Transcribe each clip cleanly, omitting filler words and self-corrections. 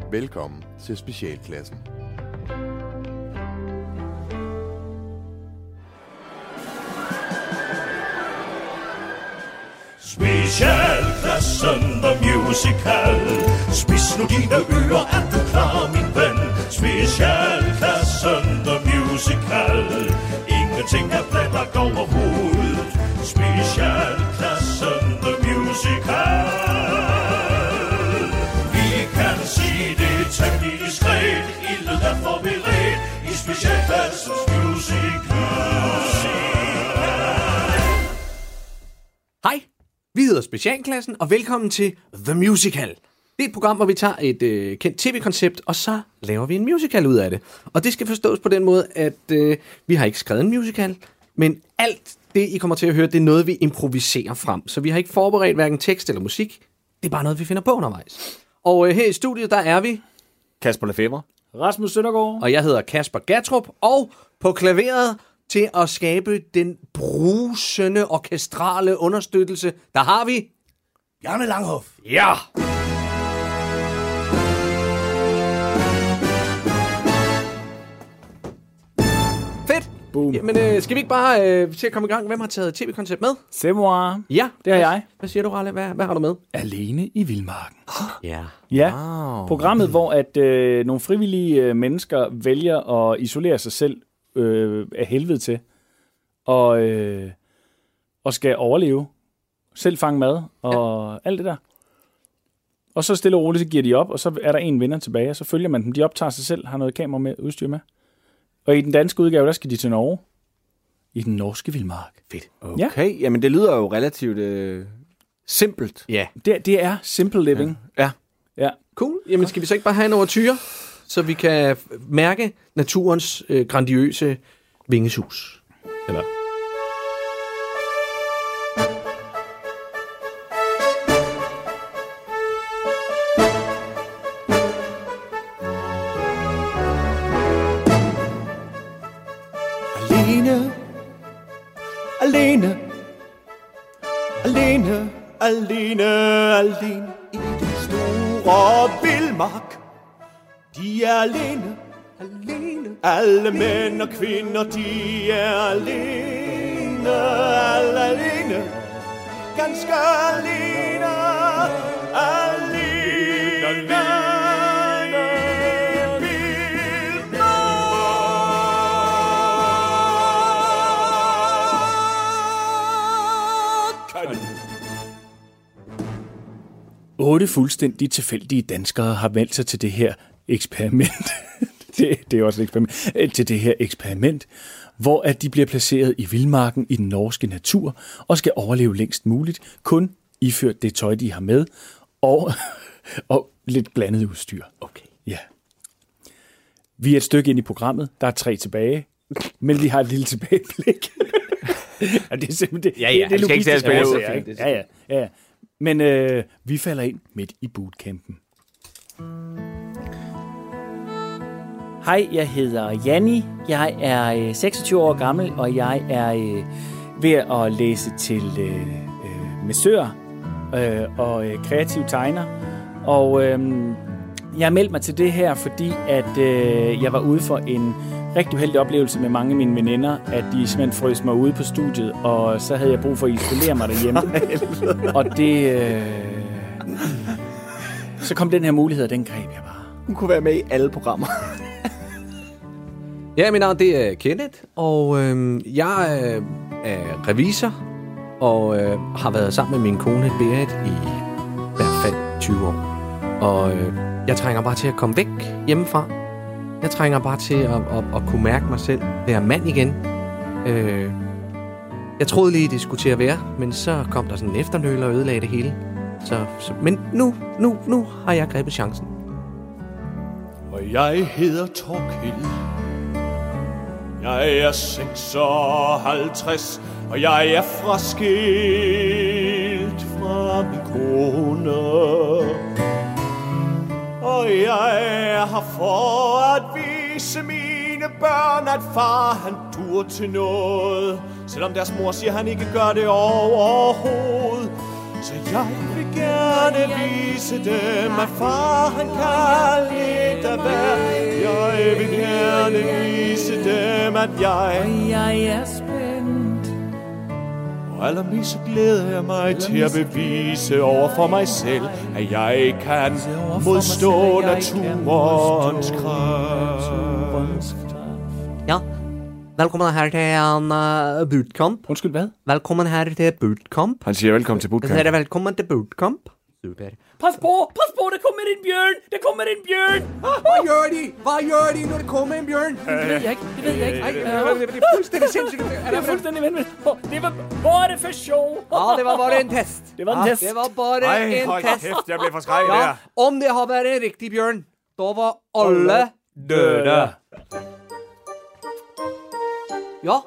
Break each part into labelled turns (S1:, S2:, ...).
S1: Velkommen til Specialklassen.
S2: Specialklassen, the musical. Spids nu dine ører, er du klar, min ven? Specialklassen, the musical. Ingenting er blandt overhovedet. Specialklassen, the musical. Vi kan sige det temmelig diskret. Ildet er forberedt i specialklassens musical.
S3: Hej, vi hedder Specialklassen, og velkommen til The Musical. Det er et program, hvor vi tager et kendt tv-koncept, og så laver vi en musical ud af det. Og det skal forstås på den måde, at vi har ikke skrevet en musical, men alt det, I kommer til at høre, det er noget, vi improviserer frem. Så vi har ikke forberedt hverken tekst eller musik. Det er bare noget, vi finder på undervejs. Og her i studiet, der er vi
S4: Kasper Lefebvre,
S5: Rasmus Søndergaard.
S3: og jeg hedder Kasper Gatrup, og på klaveret til at skabe den brusende orkestrale understøttelse, der har vi
S2: Bjarne Langhoff.
S3: Ja! Fedt!
S5: Boom.
S3: Jamen, skal vi ikke bare til at komme i gang? Hvem har taget tv-koncept med?
S5: C'est moi.
S3: Ja,
S5: Det er jeg.
S3: Hvad siger du, Ralle? Hvad har du med?
S5: Alene i Vildmarken.
S3: Ja.
S5: Ja,
S3: Wow.
S5: programmet, hvor at nogle frivillige mennesker vælger at isolere sig selv af helvede til, og skal overleve, selv fange mad og alt det der. Og så stille og roligt, så giver de op, og så er der en vinder tilbage, og så følger man dem. De optager sig selv, har noget kamera med, udstyr med. Og i den danske udgave, der skal de til Norge. I den norske vildmark.
S3: Fedt.
S4: Okay, jamen det lyder jo relativt simpelt.
S3: Ja.
S5: Det er simple living.
S4: Ja.
S5: Ja.
S3: Cool. Jamen, skal vi så ikke bare have en overture, så vi kan mærke naturens grandiøse vingesus? Eller...
S4: Alene, alene, alene, alene, alene i den store vildmark. De er alene, alene. Alle mænd og kvinder, de er alene, alle alene. Ganske alene, alene, alene.
S5: Otte fuldstændig tilfældige danskere har meldt sig til det her eksperiment. det er også et eksperiment. Til det her eksperiment, hvor at de bliver placeret i vildmarken i den norske natur og skal overleve længst muligt, kun iført det tøj, de har med, og lidt blandet udstyr.
S3: Okay.
S5: Ja. Vi er et stykke ind i programmet. Der er 3 tilbage, men vi har et lille tilbageblik. Ja, det er simpelthen det.
S3: Ja,
S5: det er
S3: vi skal ikke tage
S5: logistisk
S3: spille
S5: årsager,
S3: ud.
S5: ikke? Ja. Men vi falder ind midt i bootcampen.
S6: Hej, jeg hedder Janni. Jeg er 26 år gammel, og jeg er ved at læse til massør og kreativ tegner. Og jeg har meldt mig til det her, fordi at jeg var ude for en rigtig uheldig oplevelse med mange af mine veninder, at de simpelthen frøs mig ude på studiet, og så havde jeg brug for at isolere mig derhjemme. Og det... så kom den her mulighed, og den greb jeg bare.
S4: Hun kunne være med i alle programmer.
S3: Ja, mit navn det er Kenneth, og jeg er revisor, og har været sammen med min kone Berit i hvert fald 20 år. Og jeg trænger bare til at komme væk hjemmefra. Jeg trænger bare til at kunne mærke mig selv, være mand igen. Jeg troede lige, det skulle til at være, men så kom der sådan en efternøl og ødelagde det hele. Men nu har jeg grebet chancen.
S2: Og jeg hedder Torkild. Jeg er 56, og jeg er fraskilt fra min kone. Og jeg er her for at vise mine børn, at far han dur til noget. Selvom deres mor siger, han ikke gør det overhovedet, Så jeg vil gerne vise dem, at far han kan lidt af hver. Jeg vil gerne vise dem, at
S6: jeg er spændt.
S2: Og allermest så glæder jeg mig til at bevise over for mig selv, at jeg kan modstå naturens kraft.
S3: Ja, velkommen her til en bootcamp.
S5: Undskyld, hvad?
S3: Velkommen her til bootcamp.
S4: Han siger velkommen til bootcamp.
S3: Så er det velkommen til bootcamp. Super.
S6: Pas på, der kommer en bjørn. Der kommer en bjørn.
S3: Hvad gør de, når det kommer en bjørn?
S6: Det ved jeg ikke.
S3: Det er fuldstændig sindssygt.
S6: Det er fuldstændig vanvittigt. Det var bare for sjov.
S3: Ja, det var bare en test.
S6: Det var en test.
S3: Det var bare en test.
S4: Kæft, jeg blev forskrækket
S3: Ja,
S4: der.
S3: om det har været en rigtig bjørn, da var alle døde. Ja.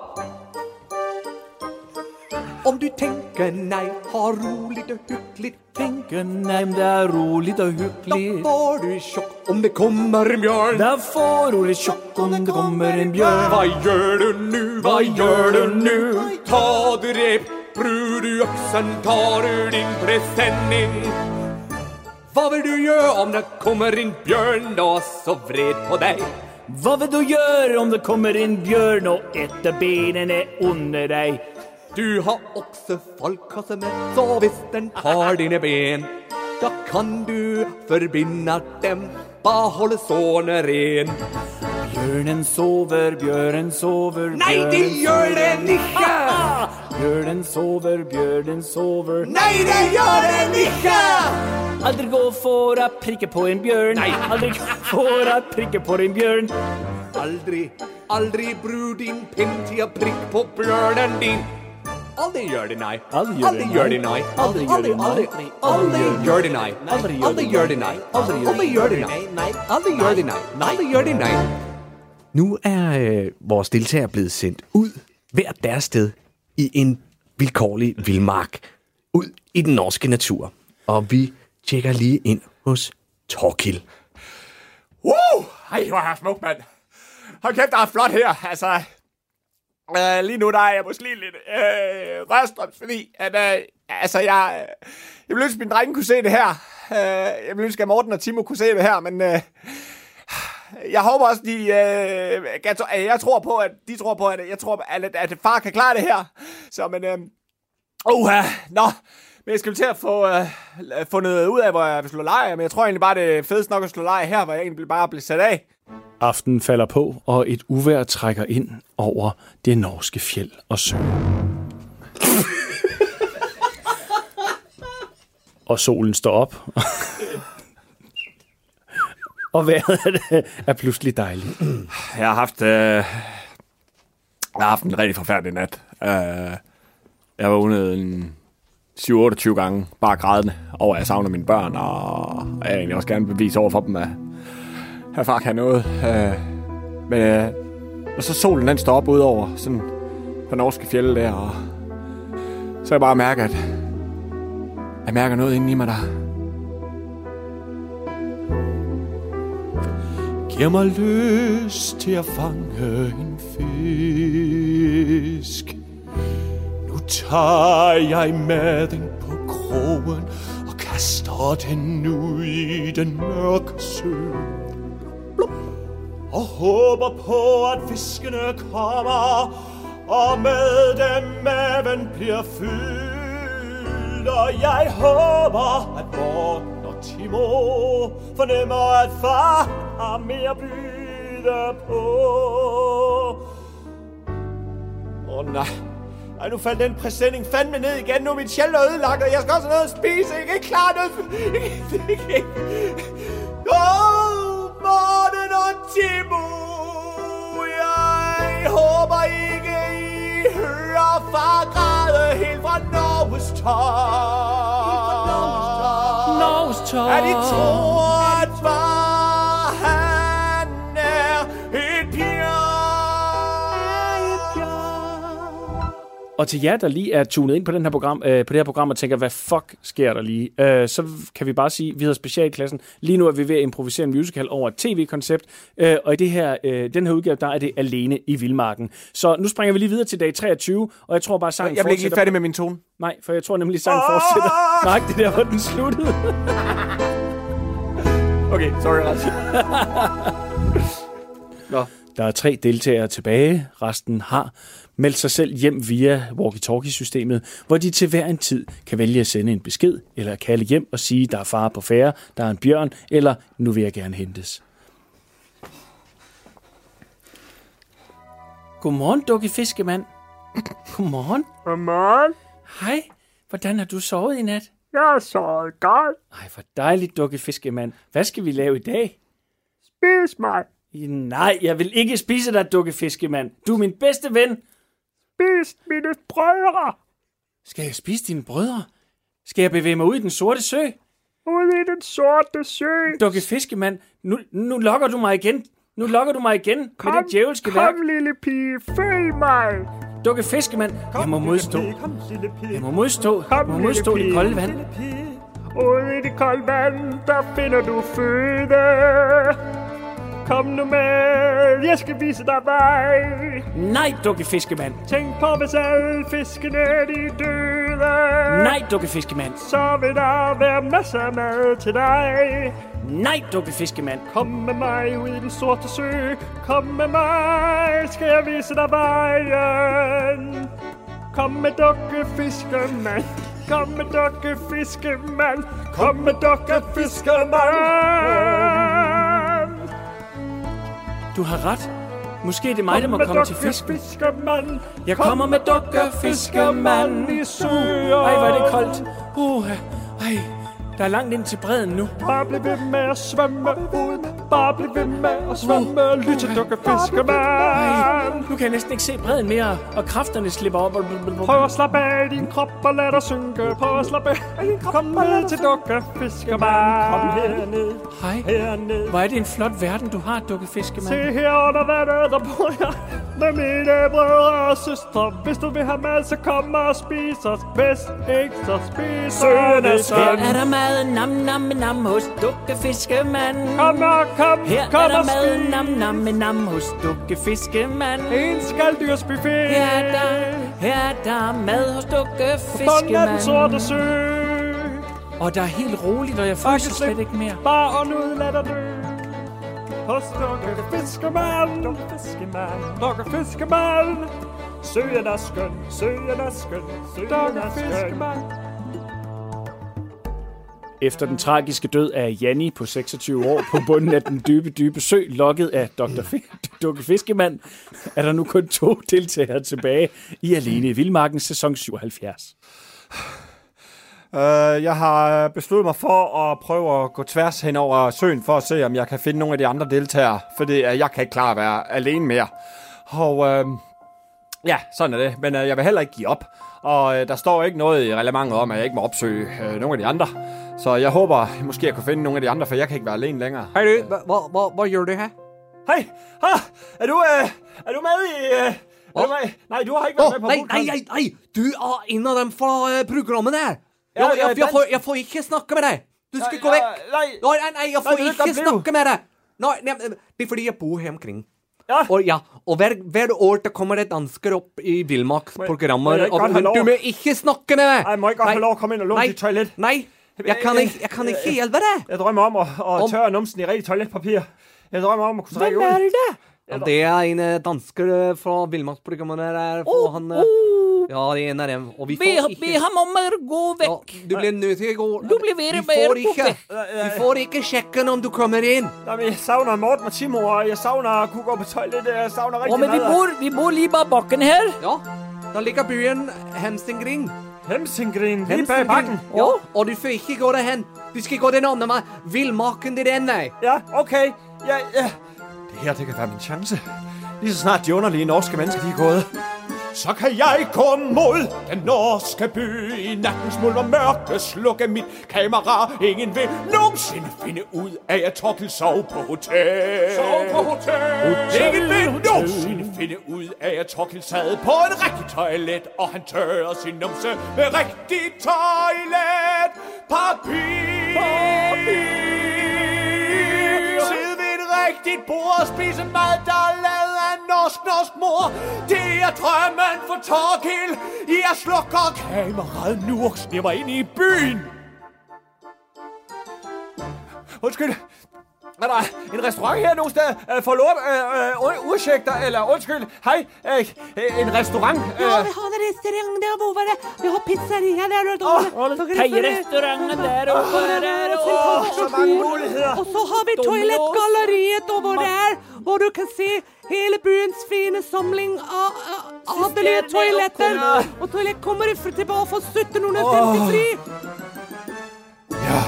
S3: Om du tænker nej, har roligt og hyggeligt,
S6: Tænker nej, det er roligt og
S3: da
S6: hyggeligt.
S3: får du chok, om det kommer en bjørn.
S6: Der får du det chok, om det kommer en bjørn.
S3: Hvad gør du nu? Hvad gør du nu? Tar du rep, bruger du øksen, tar du din presenning? Hvad vil du gøre, om der kommer en bjørn, der er så vred på dig?
S6: Hvad vil du gøre, om der kommer en bjørn og æter benene under dig?
S3: Du har også folkekasse med, så hvis den tar dine ben, da kan du forbinde dem, bare holde sårene ren.
S6: Bjørnen sover, bjørnen sover.
S3: Nej, det gør den ikke!
S6: Bjørnen sover, bjørnen sover.
S3: Nej, det gør den ikke!
S6: Aldrig gå for at prikke på en bjørn.
S3: Nej.
S6: Aldrig gå for at prikke på en bjørn.
S3: Aldrig brug din pind til at prikke på bjørnen din. Aldrig gør det nej.
S6: Aldrig gør det nej.
S3: Aldrig gør det nej. Aldrig gør det nej. Aldrig gør det nej. Aldrig gør det nej. Aldrig gør det nej. Aldrig gør det nej. Nu er vores deltagere blevet sendt ud hver deres sted i en vilkårlig vildmark. Ud i den norske natur. Og vi tjekker lige ind hos Torkild.
S4: Ej, hvor er smukt, mand. Hold kæft, der er flot her. Altså, lige nu der er jeg måske lidt rørstrøms, fordi at, jeg ville ønske, at mine drenge kunne se det her. Jeg ville ønske, at Morten og Timo kunne se det her, men jeg håber også, jeg tror på, at de tror på, at far kan klare det her. Så, men, men jeg skal til at få fundet ud af, hvor jeg vil slå lejr, men jeg tror egentlig bare, det er fedest nok at slå lejr her, hvor jeg egentlig bare bliver sat af.
S5: Aftenen falder på, og et uvejr trækker ind over det norske fjeld og sø. Og solen står op. Og vejret er pludselig dejligt.
S4: Jeg har haft en rigtig forfærdelig nat. Jeg var vågnet 27 gange, bare grædende over, at jeg savner mine børn, og jeg egentlig også gerne bevise over for dem, at far kan noget. Og så solen den står op ud over sådan på norske fjelde der, og så jeg bare mærker, at jeg mærker noget inde i mig, der
S2: Giver mig lyst til at fange en fisk. Nu tager jeg maden på krogen og kaster den ud i den mørke sø. Og håber på, at fiskene kommer, og med dem maven bliver fyldt. Og jeg håber, at Morten og Timo fornemmer, at far har mere at byde på. Nej. Ej, nu faldt den præsending fandme ned igen. Nu er mit sjæl ødelagt, og jeg skal også have noget at spise. Jeg kan ikke klare noget. Morten og Timo, jeg håber ikke, I hører far græde helt fra Norges top. At I tror, at far, han er et bjørn.
S5: Og til jer, der lige er tunet ind på det her program og tænker, hvad fuck sker der lige? Så kan vi bare sige, at vi hedder Specialklassen. Lige nu er vi ved at improvisere en musical over et tv-koncept. Og i den her udgave, der er det Alene i Vildmarken. Så nu springer vi lige videre til dag 23, og jeg tror bare, sangen
S4: Jeg bliver ikke lige færdig med min tone.
S5: Nej, for jeg tror nemlig, sangen fortsætter. Nej, det der, hvor den sluttede.
S4: Okay, sorry, Ras. Nå.
S5: Der er 3 deltagere tilbage. Resten har meldt sig selv hjem via walkie-talkie-systemet, hvor de til hver en tid kan vælge at sende en besked, eller kalde hjem og sige, der er fare på færde, der er en bjørn, eller nu vil jeg gerne hentes. Godmorgen, dukkefiskemand. Godmorgen.
S7: Godmorgen.
S5: Hej. Hvordan har du sovet i nat?
S7: Jeg har sovet godt.
S5: Ej, hvor dejligt, dukkefiskemand. Hvad skal vi lave i dag?
S7: Spis mig.
S5: Nej, jeg vil ikke spise dig, dukkefiskemand. Du er min bedste ven.
S7: Spis mine brødre.
S5: Skal jeg spise dine brødre? Skal jeg bevæge mig ud i den sorte sø?
S7: Ud i den sorte sø.
S5: Dukkefiskemand, nu lokker du mig igen. Nu lokker du mig igen med det djævelske værk.
S7: Kom, lille pige, følg mig.
S5: Dukkefiskemand, jeg må modstå. Jeg må modstå det kolde vand.
S7: Ude i det kolde vand, der finder du føde. Kom nu med, jeg skal vise dig vej.
S5: Nej, dukkefiskemand.
S7: Tænk på, hvis alle fiskene de døde.
S5: Nej, dukkefiskemand.
S7: Så vil der være masser af mad til dig.
S5: Nej, dukkefiskemand.
S7: Kom med mig ud i den sorte sø. Kom med mig, skal jeg vise dig vejen. Kom med dukkefiskemand. Kom med dukkefiskemand. Kom med dukkefiskemand.
S5: Du har ret. Måske er det mig, der må komme til fisken. Jeg kommer med dukkefiskemand i søer. Ej, hvor er det koldt. Ej, der er langt ind til bredden nu.
S7: Bare bliv ved med at svømme ud. Bare bliv ved med at svømme. Lyt til dukkefiskemand.
S5: Nu kan jeg næsten ikke se bredden mere, og kræfterne slipper op.
S7: Prøv at slappe af din krop og lad dig synke. Prøv at slappe af din krop. Kom ned til dukkefiskemand. Kom herned.
S5: Hej.
S7: Herned.
S5: Hvor er det en flot verden, du har, dukkefiskemand.
S7: Se her under vandet, der bor jeg med mine brødre og søstre. Hvis du vil have mad, så kom og spis os. Hvis ikke, så spis sønnes.
S5: Her er der mad, nam nam nam hos dukkefiskemand.
S7: Kom og kom,
S5: her
S7: kom
S5: er der
S7: og
S5: mad,
S7: spis.
S5: nam nam nam hos dukkefiskemand.
S7: En skalddyrsbuffet.
S5: Her er der mad hos
S7: Bunden af
S5: dukkefiskemand.
S7: den sorte sø.
S5: Og der er helt roligt, og jeg fryser slet ikke mere.
S7: Bare ånd ud, lad dig dø. Hos dukkefiskemand. Dukkefiskemand. Søen er skøn, søen er skøn, søen er skøn.
S5: Efter den tragiske død af Janni på 26 år på bunden af den dybe, dybe sø, lokket af Dukkefiskemand, er der nu kun 2 deltagere tilbage i Alene i Vildmarken sæson 77.
S4: Jeg har besluttet mig for at prøve at gå tværs hen over søen for at se, om jeg kan finde nogle af de andre deltagere, fordi jeg kan ikke klare at være alene mere. Og ja, sådan er det, men jeg vil heller ikke give op. Og der står ikke noget i reglementet om, at jeg ikke må opsøge nogle af de andre. Så jeg håber, måske jeg kan finde nogle af de andre, for jeg kan ikke være alene længere.
S3: Hej du, hvad gør du her?
S4: Hej! Er du med i... Er du med? Nej, du har ikke været med på podcasten.
S3: Nej, du er en af dem fra programmet der.
S4: Ja,
S3: Jeg får ikke snakke med dig. Du skal gå væk. Nej, jeg får ikke snakke med dig. Nej, det er fordi, jeg bor her omkring. Og hvert år, der kommer det dansker op i Vildmarksprogrammer, og du må ikke snakke med mig.
S4: Jeg må ikke godt have lov at komme ind og låne dit toilet.
S3: Nej, jeg kan ikke hjælpe dig.
S4: Jeg drømmer om at tørre numsen i rigtig toiletpapir. Jeg drømmer om at kunne trække ud.
S3: Hvem er det? Ja, det er en dansker fra Vildmarksprogrammerne der. Han, ja, det er en af dem. Og
S6: Be ham om at gå væk.
S3: Ja, du bliver nødt til at gå.
S6: Du bliver ved med at gå væk.
S3: Vi får ikke tjekke, om du kommer ind.
S4: Jamen, jeg savner Morten og Timo, og jeg savner at kunne gå på toilet. Jeg savner rigtig
S6: men vi bor lige bare bakken her.
S3: Ja, der ligger byen Hemsingring.
S4: Hemsingring, lige bag bakken.
S3: Ja, og du får ikke gå derhen. Du skal gå den anden vej. Vildmarken, det er den vej.
S4: Ja, okay. Ja. Det her, det kan være min chance. Lige så snart de underlige norske mennesker, de er gået,
S2: så kan jeg gå mod den norske by. I nattens mulm og mørke slukke mit kamera. Ingen vil nogensinde finde ud af, at Torkild sov på hotel. Ingen vil nogensinde finde ud af, at Torkild sad på et rigtigt toilet, og han tørrer sin numse med rigtigt toiletpapir. Sid ved et rigtigt bord og spise mad, der er lavet af en norsk mor. Det er drømmen for Torkild. Jeg slukker kameraet nu og sniger mig ind i byen. Undskyld. Er der en restaurant her nogen steder? Forlåt, udsigter, eller undskyld. Hej, en restaurant.
S8: Ja, vi har en restaurant der over det. Vi har pizzeria der over.
S6: Thai-restauranten der over.
S2: Så mange muligheder.
S8: Og så har vi toiletgalleriet over der, hvor du kan se hele byens fine samling av de toiletter. Og toilet kommer tilbage fra 1753.
S4: Ja.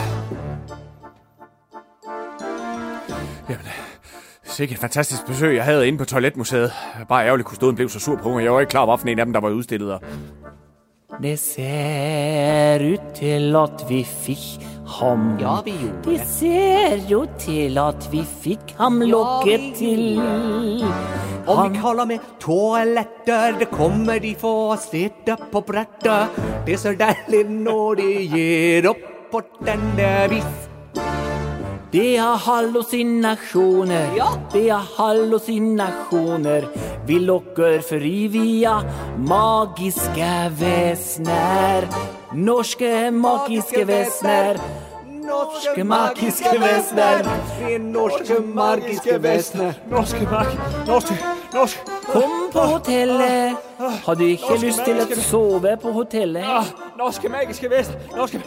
S4: Jamen, sikke et fantastisk besøg, jeg havde inde på Toiletmuseet. Bare ærgerligt kunne stå og blev så sur på, og jeg var ikke klar over, en af dem, der var udstillet der.
S6: Det ser ud til, at vi fik ham.
S8: Ja, vi gjorde
S6: Det ser ud til, at vi fik ham lukket til.
S8: Om vi kolder med toaletter, det kommer de for at sætte på brætter. Det er så dejligt, når det giver op på den der vis.
S6: Det er hallucinationer,
S8: Ja.
S6: det er hallucinationer. Vi lukker fri via magiske væsner. Norske magiske væsner. Norske magiske væsner.
S8: Norske magiske væsner.
S2: Norske.
S6: Kom på hotellet. Har du ikke lyst til at sove på hotellet?
S2: Norske magiske væsner. Norske.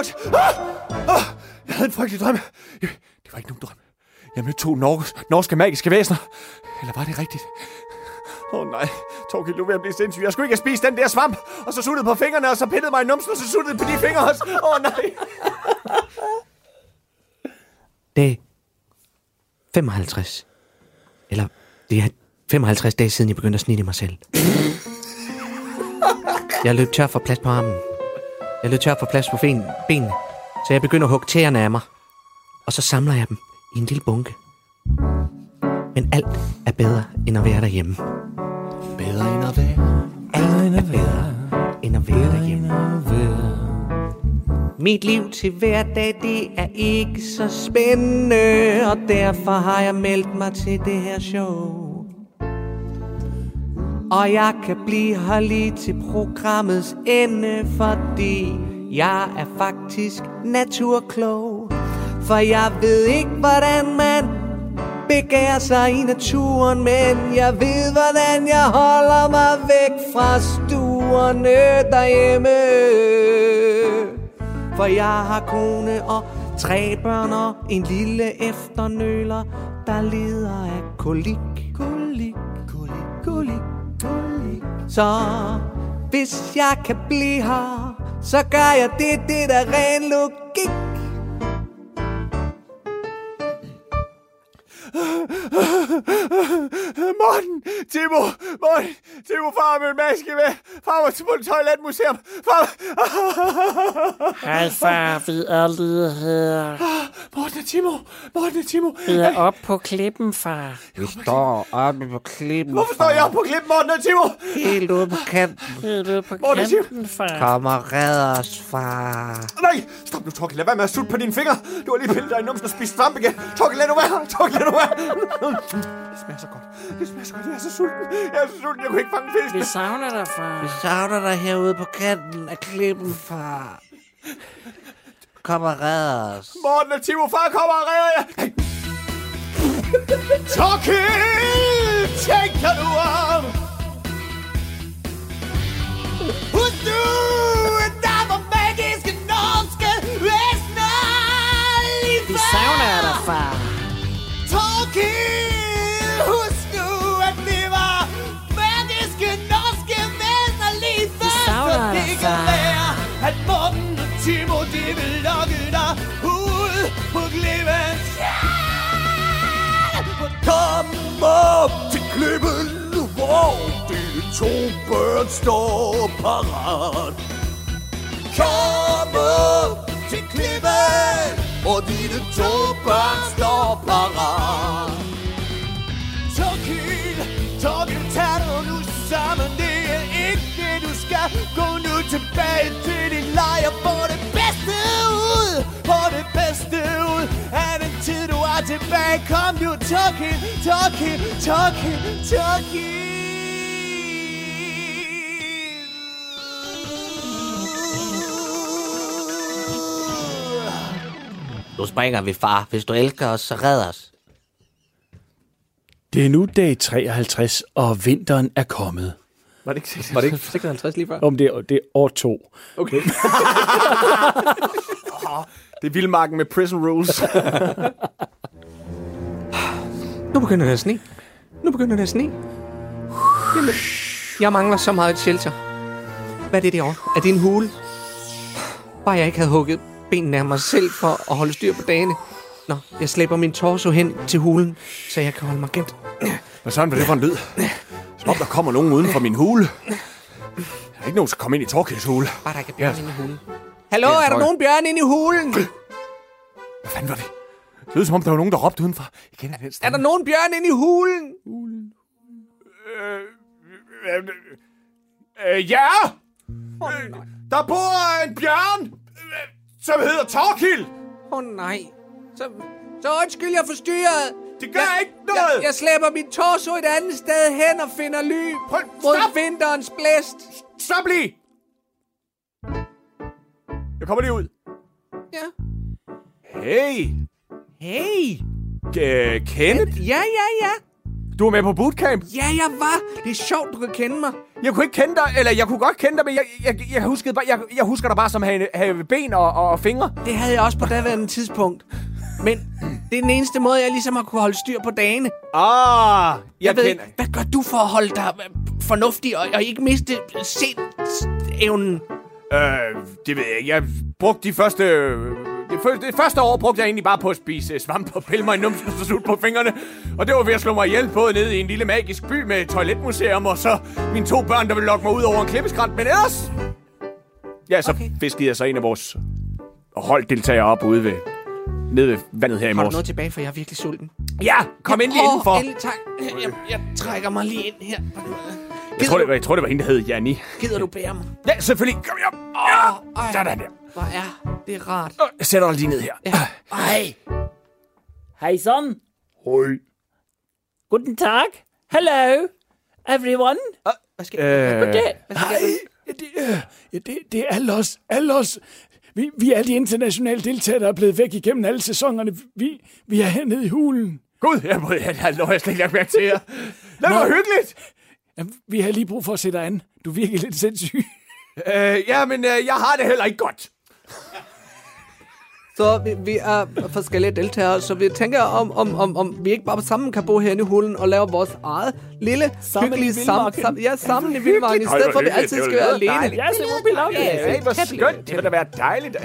S2: Jeg havde en frygtelig drøm. Det var ikke nogen drøm. Jeg mødte 2 norske magiske væsner. Eller var det rigtigt? Nej, Torkild, du er ved at blive sindssyg. Jeg skulle ikke have spist den der svamp, og så suttede på fingrene, og så pillede mig i numsen, og så suttede på de fingre også. Nej.
S3: Det er 55. Eller det er 55 dage siden, jeg begyndte at snitte mig selv. Jeg løb tør for plads på armen. Jeg løb tør for plads på benene. Så jeg begynder at hugge tæerne af mig. Og så samler jeg dem i en lille bunke. Men alt er bedre end at være derhjemme.
S2: Bedre end at være.
S3: Alt er bedre end at være derhjemme. Mit liv til hverdag, det er ikke så spændende, og derfor har jeg meldt mig til det her show. Og jeg kan blive her lige til programmets ende, fordi jeg er faktisk naturklog. For jeg ved ikke, hvordan man begærer sig i naturen, men jeg ved, hvordan jeg holder mig væk fra stuerne derhjemme. For jeg har kone og 3 børn og en lille efternøler, der lider af kolik. Så hvis jeg kan blive her, så gør jeg det der er ren logik.
S4: Morten, Timo, far med en maske med. Far var til Toiletmuseum. Far.
S6: Hej far, vi er lige her.
S4: Morten og Timo.
S6: Vi er oppe på klippen, far.
S3: Vi står oppe på klippen.
S4: Hvorfor står jeg oppe på klippen, Morten og Timo?
S3: Helt ude på kanten.
S6: Helt ude på
S4: Morten og Timo.
S6: kanten, far.
S3: Kom og red os, far.
S4: Nej, stop nu, Torkild. Lad være med at sutte på dine fingre. Du har lige pillet dig i numsen og spist svamp igen. Torkild, lad nu være. Det smager så godt. Jeg er så sulten. Jeg kunne ikke fange fisk.
S6: Vi savner dig, far.
S3: Vi savner dig herude på kanten af klippen, far. Kom og red os.
S4: Morten og Timo, far kommer og redder jer. Hey. Torkild, tænker du om? Husk du, der var magiske norske væsner.
S6: Vi savner dig, far.
S4: Torkild, husk nu, at det var magiske norske væsner lige før.
S6: savner
S4: Så det
S6: dig,
S4: kan
S6: far.
S4: være, at Morten og Timo, de vil lokke dig ud på klippen. Kom op til klippen, wow, det
S2: To børn står parat. Kom op til klippen, hvor dine to børn står parat. Torkild, tag dig nu sammen. Det er ikke det, du skal. Gå nu tilbage til din lejr. Få det bedste ud. Få det bedste ud af den tid, du er tilbage. Kom nu, Torkild.
S3: Nu springer vi, far. Hvis du elsker os, så red os.
S5: Det er nu dag 53, og vinteren er kommet.
S3: Var det ikke 56 lige før?
S5: Om det er år 2.
S3: Okay.
S4: Det er vildmarken med prison rules.
S3: Nu begynder det at sne. Jamen, jeg mangler så meget et shelter. Hvad er det derovre? Er det en hule? Bare jeg ikke havde hugget benene af mig selv for at holde styr på dagene. Nå, jeg slæber min torso hen til hulen, så jeg kan holde mig gemt.
S4: Hvad sådan var det for en lyd? Som om der kommer nogen uden for min hule. Der er ikke nogen, der skal komme ind i Torkilds hule.
S3: Bare der ikke er bjørn inde i hulen. Hallo, er der nogen bjørn inde i hulen?
S4: Hvad fanden var det? Det lød som om, der var nogen, der råbte udenfor. Jeg kender den stemme.
S3: Er der nogen bjørn inde i hulen?
S4: Ja! Der bor en bjørn, som hedder Torkild.
S3: Nej. Så undskyld, jeg forstyrret.
S4: Det gør ikke noget.
S3: Jeg slæber min torso et andet sted hen og finder ly mod vinterens blæst.
S4: Stop lige! Jeg kommer lige ud.
S3: Ja.
S4: Hey. Kenneth?
S3: Ja.
S4: Du er med på bootcamp?
S3: Ja, jeg var. Det er sjovt, du kan kende mig.
S4: Jeg kunne ikke kende dig, eller jeg kunne godt kende dig, men jeg husker dig bare som have ben og fingre.
S3: Det havde jeg også på daværende tidspunkt. Men det er den eneste måde, jeg ligesom har kunne holde styr på dagene.
S4: Jeg
S3: ved, hvad gør du for at holde dig fornuftig og ikke miste sindsevnen?
S4: Det ved jeg ikke. Jeg brugte det første år brugte jeg egentlig bare på at spise svamp og pille mig i numsen og slut på fingrene. Og det var ved at slå mig ihjel både nede i en lille magisk by med et toiletmuseum, og så mine 2 børn, der ville lokke mig ud over en klippeskrant. Men ellers... Ja, så fiskede jeg så en af vores holddeltagere op ude nede ved vandet her i morges.
S3: Har du noget tilbage, for jeg er virkelig sulten?
S4: Ja, kom endelig indenfor.
S3: Endelig, tak. Jeg trækker mig lige ind her.
S4: Jeg tror, det var hende, der hed Janni.
S3: Gider du bære mig?
S4: Ja, selvfølgelig. Kom her. Sådan der.
S3: Hvor er det rart.
S4: Jeg sætter dig lige ned her.
S3: Ja.
S6: Hej son.
S4: Hej.
S6: Guten Tag. Hello, everyone.
S3: Hvad skal jeg?
S5: Det er alle os. Vi er de internationale deltagere, der er blevet væk igennem alle sæsonerne. Vi er hernede i hulen.
S4: Gud, jeg slet ikke lagt mærke til jer. Det var hyggeligt.
S5: Jamen, vi har lige brug for at se dig an. Du virker lidt sindssyg.
S4: Men jeg har det heller ikke godt.
S3: Så vi er forskellige deltagere, så vi tænker om vi ikke bare sammen kan bo herinde i hulen og lave vores eget lille, hyggelige sammen i vildmarken, i stedet for at vi altid skal være alene.
S6: Ja, så må vi lave det.
S4: Hey, hvor skønt. Det vil da være dejligt.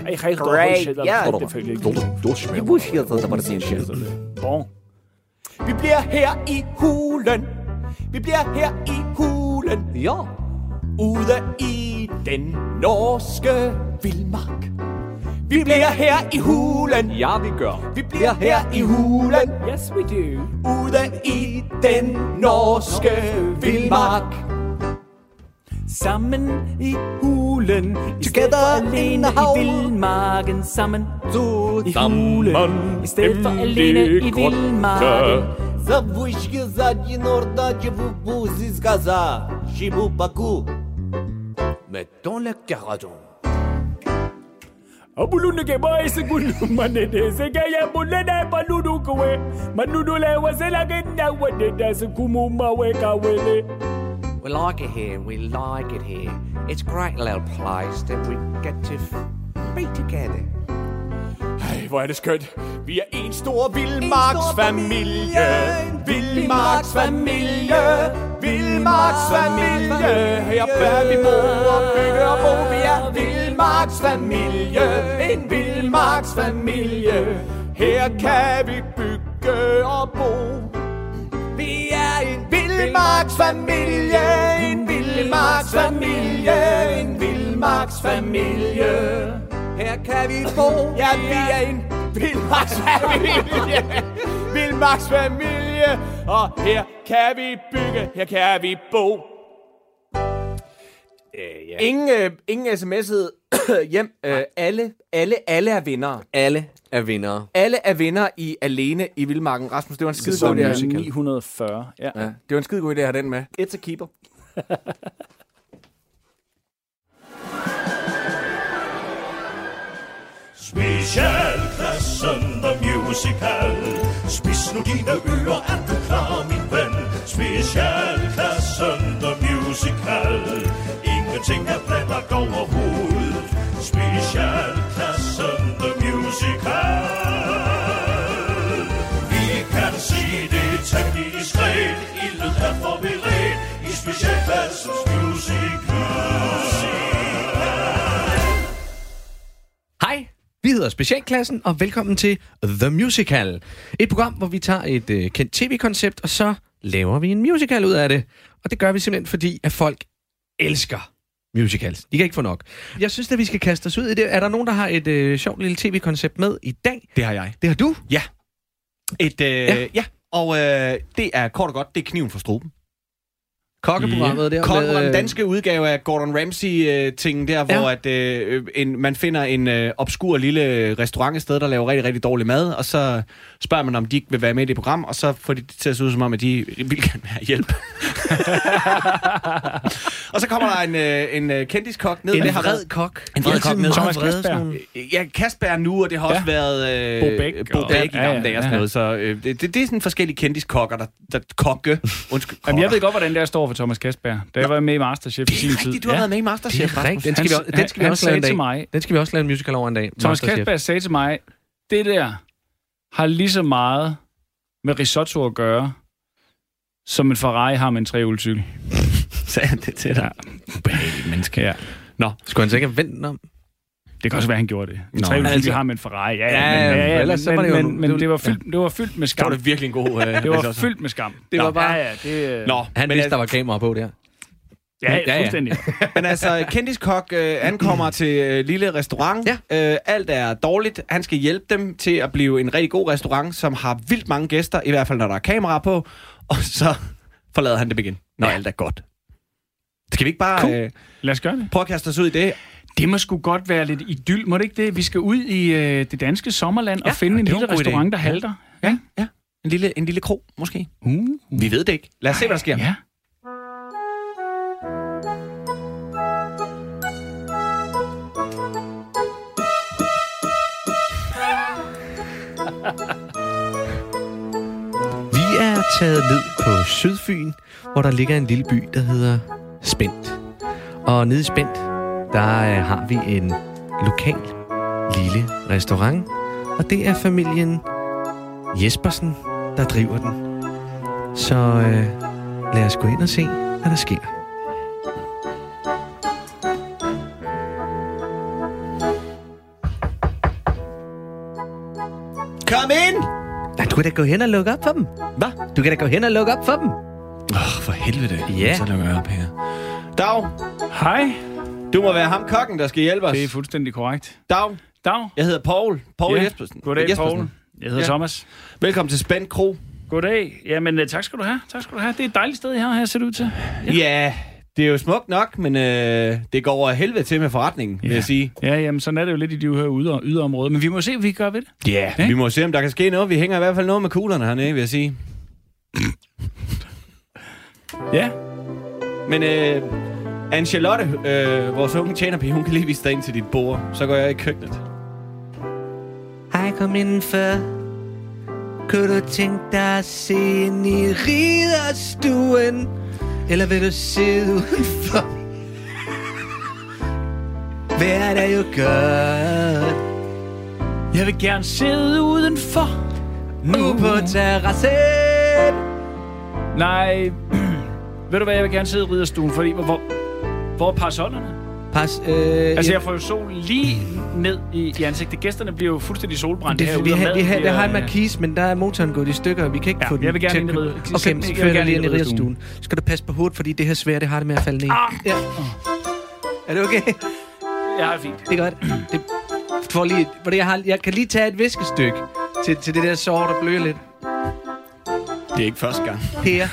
S4: Vi bliver her i hulen.
S3: Ja.
S4: Ude i den norske vildmark. Vi bliver her i hulen.
S3: Ja, vi gør.
S4: Vi bliver her i hulen.
S6: Yes, we do.
S4: Ude i den norske vildmark.
S6: Sammen i hulen.
S3: Together
S6: alene
S3: in the howl.
S6: i vildmarken. Sammen i
S3: Sammen
S6: hulen. I stedet for alene i vildmarken.
S2: Завучки задні норда, чебу зізказа, шибу баку.
S3: Mais dans le Caradon.
S5: Abulune ke boy se gulu manede se gaya bulene baludu kwe manudu le wasela genda wadeda se kumuma we kawele.
S3: We like it here. It's a great little place that we get to be together.
S4: Ej, hvor er det skønt. Vi er en stor vildmarksfamilie. Vildmarksfamilie. Her bør vi bo og bygge og bo. Vi er vildmarksfamilie. En vildmarksfamilie. Her kan vi bygge og bo. Vi er en vildmarksfamilie. En vildmarksfamilie, en vildmarksfamilie.
S3: Her kan vi bo.
S4: Ja, vi er en vildmarksfamilie. Vildmarksfamilie. Og her kan vi bygge, her kan vi bo.
S3: Ja.
S4: Ingen sms'ede hjem. Alle er vindere.
S3: Alle er vindere.
S4: Alle er vindere i Alene i Vildmarken. Rasmus, det var en skidegod idé.
S5: Sæson 940. Ja.
S4: Ja, det var en skidegod idé at have den med. It's a keeper.
S2: Specialklassen, The Musical. Spids nu dine ører, er du klar, min ven? Specialklassen, The Musical. Ingenting er plat over hovedet. Specialklassen, The Musical. Vi kan se det temmelig diskret. Ildet er forberedt i specialklassens musical.
S3: Hej, vi hedder Specialklassen, og velkommen til The Musical. Et program, hvor vi tager et kendt tv-koncept, og så laver vi en musical ud af det. Og det gør vi simpelthen, fordi at folk elsker musicals. De kan ikke få nok. Jeg synes, at vi skal kaste os ud i det. Er der nogen, der har et sjovt lille tv-koncept med i dag?
S9: Det har jeg.
S3: Det har du?
S9: Ja. Og det er kort og godt, det er Kniven for struben.
S3: Kokkeprogrammet der.
S9: Kokkeprogrammet, den danske udgave af Gordon Ramsay-tingen der, hvor at, man finder en obskur lille restaurant et sted, der laver rigtig, rigtig dårlig mad, og så spørger man, om de ikke vil være med i det program, og så får de til at se ud som om, at de vil gerne have hjælp. Og så kommer der en kendiskok ned.
S3: En vred kok.
S9: En vred kok ned.
S5: Thomas Kasper.
S9: Ja, Kasper nu, og det har også været
S5: Bo Bæk
S9: i gamle dage og sådan noget. Så det er sådan forskellige kendiskokker, der kokke. Undskyld, kokker.
S5: Jamen, jeg ved godt, hvordan det står for Thomas Kasper. Da jeg var med i Masterchef i sin tid.
S9: Det er rigtigt, du har været med i Masterchef, Rasmus.
S3: Den skal vi også lave en dag. Den skal vi også lave en musical over en dag.
S5: Thomas Kasper sagde til mig, det der har lige så meget med risotto at gøre, som en Ferrari har med en trehjulscykel.
S9: Sagde han det til dig?
S5: Ubehageligt menneske. Ja.
S3: Nå, skulle han så ikke have vendt om?
S5: Det kan også være, han gjorde det. En trehjulscykel har med en Ferrari. Men det var fyldt med skam.
S9: Det var virkelig en god...
S5: det var fyldt med skam.
S3: Det var bare...
S9: Nå,
S3: han vidste, der var kamera på der.
S5: Ja, fuldstændig.
S9: Men altså, kendiskok ankommer til lille restaurant. Ja. Alt er dårligt. Han skal hjælpe dem til at blive en rigtig god restaurant, som har vildt mange gæster, i hvert fald når der er kamera på. Og så forlader han det igen, når alt er godt. Skal vi ikke bare
S5: lad os gøre det.
S9: Prøve at kaste os ud i det?
S5: Det må sgu godt være lidt idyll, må det ikke det? Vi skal ud i det danske sommerland og finde en lille restaurant, der halter.
S9: Ja. En lille kro, måske. Vi ved det ikke. Lad os se, hvad der sker.
S5: Ja.
S3: Vi er taget ned på Sydfyn, hvor der ligger en lille by, der hedder Spændt. Og nede i Spændt, der har vi en lokal lille restaurant, og det er familien Jespersen, der driver den. Så lad os gå ind og se, hvad der sker.
S9: Kom ind!
S3: Ja, du kan da gå hen og lukke op for dem.
S9: Hvad?
S3: Du kan da gå hen og lukke op for dem.
S9: For helvede.
S3: Ja.
S9: Så lukker jeg op her. Dag.
S5: Hej.
S9: Du må være ham kokken, der skal hjælpe os.
S5: Det er fuldstændig korrekt.
S9: Dag.
S5: Dag.
S9: Jeg hedder Poul Jespersen.
S5: Goddag, Poul. Jeg hedder Thomas.
S9: Velkommen til Spændt Kro.
S5: Goddag. Jamen, tak skal du have. Tak skal du have. Det er et dejligt sted, her ser det ud til.
S9: Ja, det er jo smukt nok, men det går over helvede til med forretningen, vil jeg sige.
S5: Ja, jamen, sådan er det jo lidt i de her yderområder. Men vi må se, hvad vi gør ved det.
S9: Ja, vi må se, om der kan ske noget. Vi hænger i hvert fald noget med kuglerne hernede, vil jeg sige.
S5: Ja.
S9: Men Anne-Charlotte, vores unge tjenerpige, hun kan lige vise dig ind til dit bord. Så går jeg i køkkenet.
S3: Hej, kom indenfor. Kunne du tænke dig at se ind i ridderstuen? Eller vil du sidde udenfor? Vejret er jo godt.
S5: Jeg vil gerne sidde udenfor.
S3: Nu på terrassen.
S5: Nej, ved du hvad, jeg vil gerne sidde i ridderstuen, fordi hvor er parasollerne?
S3: Pas.
S5: Jeg får jo sol lige ned i ansigtet. Gæsterne bliver jo fuldstændig solbrændte herude.
S3: Vi har en markise, men der er motoren gået i stykker, og vi kan ikke få den.
S5: Jeg vil gerne ind i ridestuen.
S3: Okay, så fører jeg lige ind i ridestuen. Skal du passe på hovedet, fordi det her svær, det har det med at falde ned. Ja. Er det okay?
S5: Jeg har det fint.
S3: Det er godt. Jeg kan lige tage et viskestykke til det der sår, der bløder lidt.
S9: Det er ikke første gang.
S3: Her.